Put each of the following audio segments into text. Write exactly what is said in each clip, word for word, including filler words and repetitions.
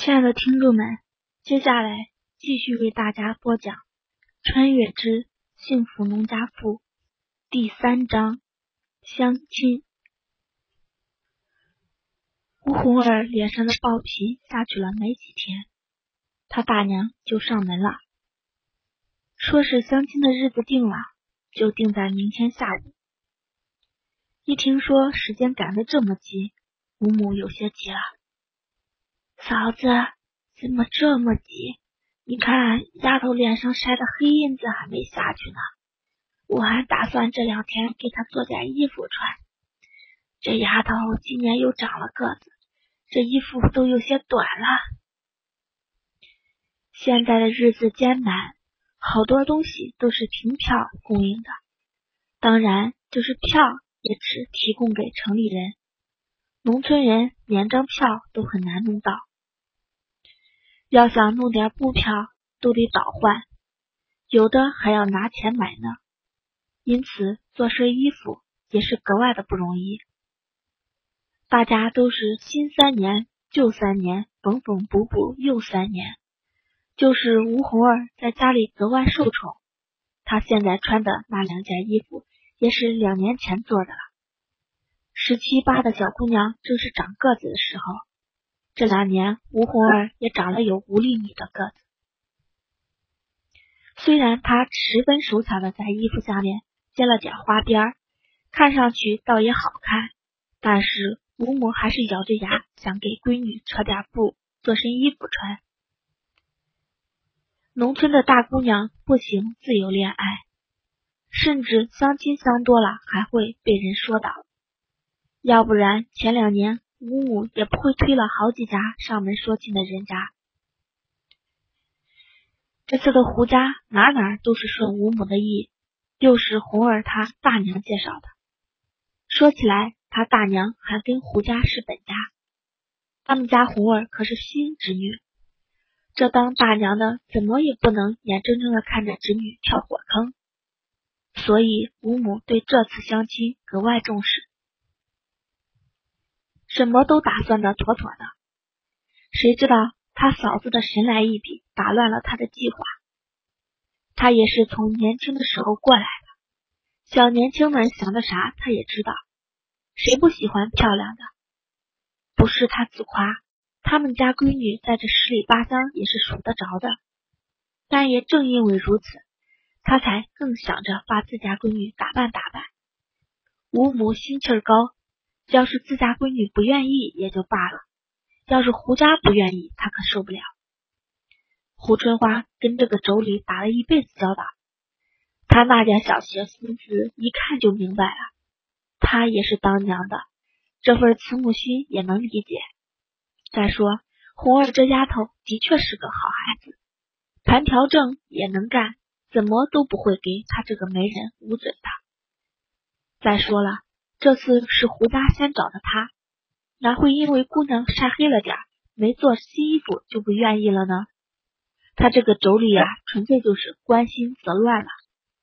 亲爱的听众们，接下来继续为大家播讲《穿越之幸福农家妇》第三章相亲。吴红儿脸上的暴皮下去了没几天，她大娘就上门了，说是相亲的日子定了，就定在明天下午。一听说时间赶得这么急，吴母有些急了。嫂子，怎么这么急？你看丫头脸上晒的黑印子还没下去呢，我还打算这两天给她做件衣服穿。这丫头今年又长了个子，这衣服都有些短了。现在的日子艰难，好多东西都是凭票供应的，当然就是票也只提供给城里人，农村人连张票都很难弄到。要想弄点布票都得倒换，有的还要拿钱买呢，因此做身衣服也是格外的不容易。大家都是新三年旧三年，缝缝补补又三年，就是吴红儿在家里格外受宠，她现在穿的那两件衣服也是两年前做的了。十七八的小姑娘正是长个子的时候，这两年吴红儿也长了有五厘米的个子。虽然她十分手巧的在衣服下面接了点花边，看上去倒也好看，但是吴母还是咬着牙想给闺女扯点布做身衣服穿。农村的大姑娘不行自由恋爱，甚至相亲相多了还会被人说倒，要不然前两年吴母也不会推了好几家上门说亲的人家。这次的胡家哪哪都是顺吴母的意，又是红儿她大娘介绍的。说起来，她大娘还跟胡家是本家，他们家红儿可是新侄女，这当大娘的怎么也不能眼睁睁的看着侄女跳火坑，所以吴母对这次相亲格外重视，什么都打算的妥妥的。谁知道他嫂子的神来一笔打乱了他的计划。他也是从年轻的时候过来的，小年轻们想的啥他也知道，谁不喜欢漂亮的？不是他自夸，他们家闺女在这十里八乡也是数得着的，但也正因为如此，他才更想着把自家闺女打扮打扮。吴母心气儿高，要是自家闺女不愿意也就罢了，要是胡家不愿意，他可受不了。胡春花跟这个妯娌打了一辈子交道，他那点小心思一看就明白了，他也是当娘的，这份慈母心也能理解。再说红儿这丫头的确是个好孩子，盘条正也能干，怎么都不会给他这个媒人捂嘴的。再说了，这次是胡家先找的他，哪会因为姑娘晒黑了点没做新衣服就不愿意了呢？他这个妯娌啊，纯粹就是关心则乱了。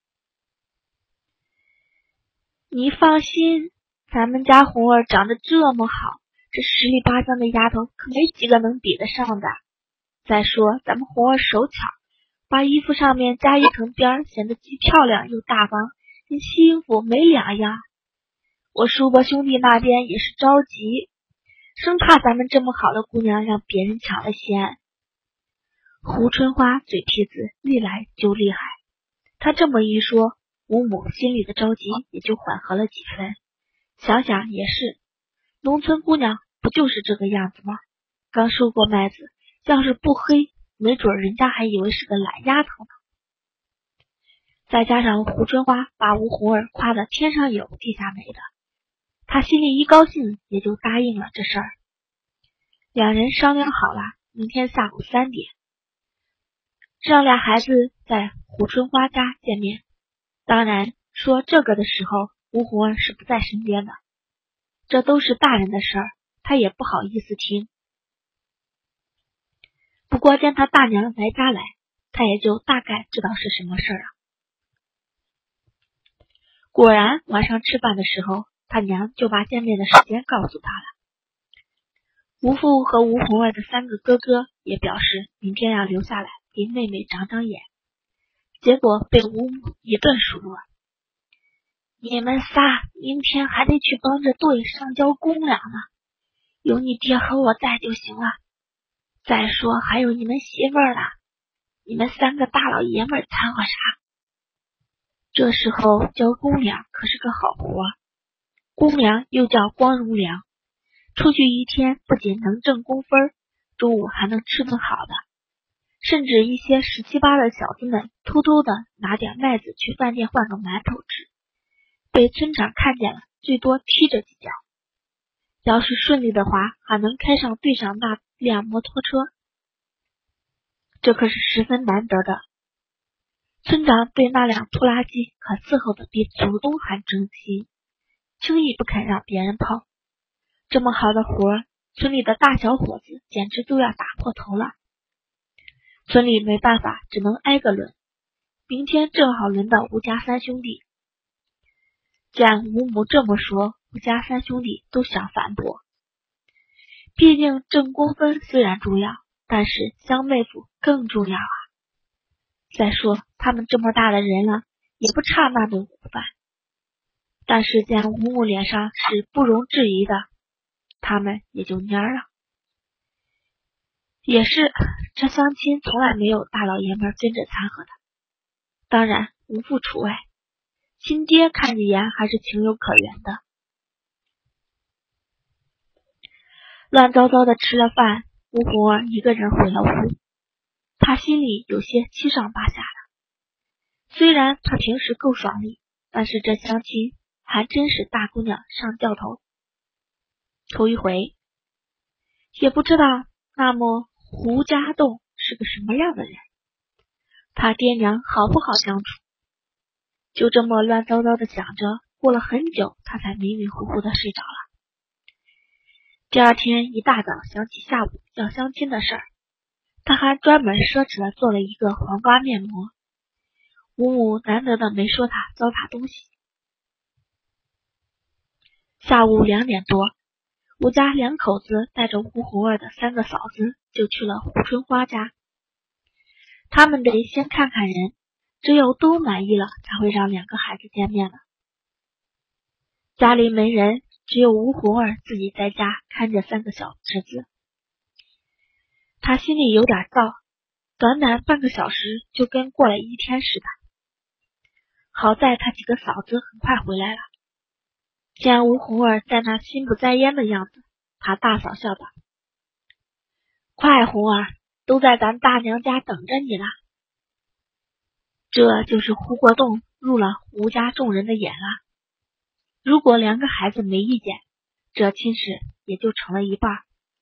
你放心，咱们家红儿长得这么好，这十里八乡的丫头可没几个能比得上的。再说咱们红儿手巧，把衣服上面加一层边，显得既漂亮又大方，跟新衣服没两样。我叔伯兄弟那边也是着急，生怕咱们这么好的姑娘让别人抢了先。胡春花嘴皮子历来就厉害，她这么一说，吴母心里的着急也就缓和了几分。想想也是，农村姑娘不就是这个样子吗？刚收过麦子，要是不黑，没准人家还以为是个懒丫头呢。再加上胡春花把吴红儿夸得天上有地下没的，她心里一高兴，也就答应了这事儿。两人商量好了，明天下午三点，让俩孩子在胡春花家见面。当然说这个的时候，吴红儿是不在身边的，这都是大人的事儿，他也不好意思听。不过见他大娘来家来，他也就大概知道是什么事儿了。果然晚上吃饭的时候，他娘就把见面的时间告诉他了。 吴父和吴红儿的三个哥哥也表示明天要留下来给妹妹长长眼，结果被吴母一顿数落。你们仨明天还得去帮着队上交公粮呢，有你爹和我在就行了。再说还有你们媳妇儿了，你们三个大老爷们掺和啥？这时候交公粮可是个好活，公粮又叫光荣粮，出去一天不仅能挣工分，中午还能吃顿好的，甚至一些十七八的小子们偷偷的拿点麦子去饭店换个馒头吃，被村长看见了，最多踢着几脚。要是顺利的话，还能开上队长那辆摩托车，这可是十分难得的。村长对那辆拖拉机可伺候的比祖宗还忠心，轻易不肯让别人碰。这么好的活，村里的大小伙子简直都要打破头了。村里没办法，只能挨个轮。明天正好轮到吴家三兄弟。见吴母这么说，吴家三兄弟都想反驳。毕竟挣工分虽然重要，但是相妹夫更重要啊。再说他们这么大的人了，也不差那顿午饭。但是见吴母脸上是不容置疑的，他们也就蔫了。也是，这相亲从来没有大老爷们跟着掺和的，当然吴父除外。亲爹看几眼还是情有可原的。乱糟糟的吃了饭，吴红儿一个人回了屋，他心里有些七上八下的。虽然他平时够爽利，但是这相亲还真是大姑娘上轿头头一回。也不知道那么胡家栋是个什么样的人，他爹娘好不好相处。就这么乱糟糟的想着，过了很久，他才迷迷糊糊的睡着了。第二天一大早想起下午要相亲的事儿，他还专门奢侈的做了一个黄瓜面膜。吴母难得的没说他糟蹋东西。下午两点多，吴家两口子带着吴红儿的三个嫂子就去了胡春花家。他们得先看看人，只有都满意了才会让两个孩子见面的。家里没人，只有吴红儿自己在家看着三个小侄子。他心里有点燥，短短半个小时就跟过了一天似的。好在他几个嫂子很快回来了，见吴红儿在那心不在焉的样子，他大嫂笑道：“快红儿，都在咱大娘家等着你了。”这就是胡国栋入了胡家众人的眼了。如果两个孩子没意见，这亲事也就成了一半。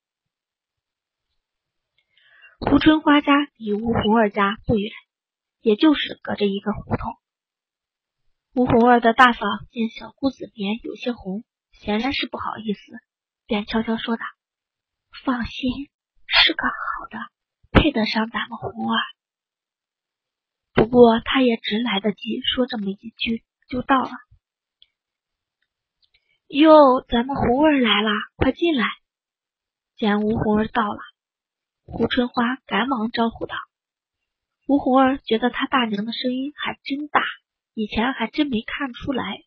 胡春花家离吴红儿家不远，也就是隔着一个胡同。吴红儿的大嫂见小姑子脸有些红，显然是不好意思，便悄悄说道：“放心，是个好的，配得上咱们红儿。”不过他也只来得及说这么一句就到了。哟，咱们红儿来了，快进来。见吴红儿到了，胡春花赶忙招呼道。吴红儿觉得他大娘的声音还真大，以前还真没看出来。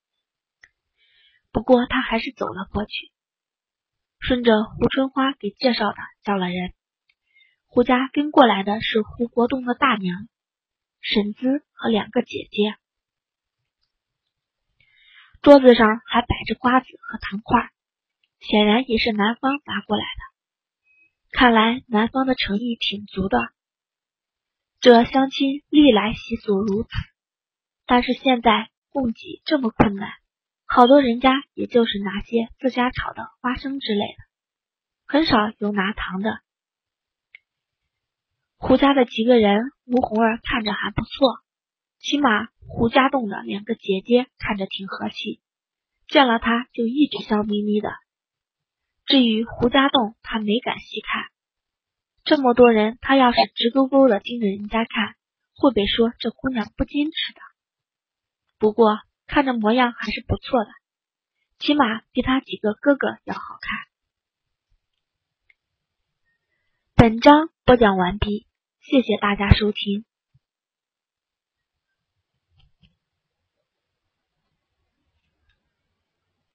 不过他还是走了过去，顺着胡春花给介绍的叫了人。胡家跟过来的是胡国栋的大娘、婶子和两个姐姐。桌子上还摆着瓜子和糖块，显然也是男方拿过来的。看来男方的诚意挺足的。这相亲历来习俗如此，但是现在供给这么困难，好多人家也就是拿些自家炒的花生之类的，很少有拿糖的。胡家的几个人，吴红儿看着还不错，起码胡家栋的两个姐姐看着挺和气，见了他就一直笑眯眯的。至于胡家栋，他没敢细看。这么多人，他要是直勾勾的盯着人家看，会被说这姑娘不矜持的。不过看着模样还是不错的，起码比他几个哥哥要好看。 本章播讲完毕，谢谢大家收听。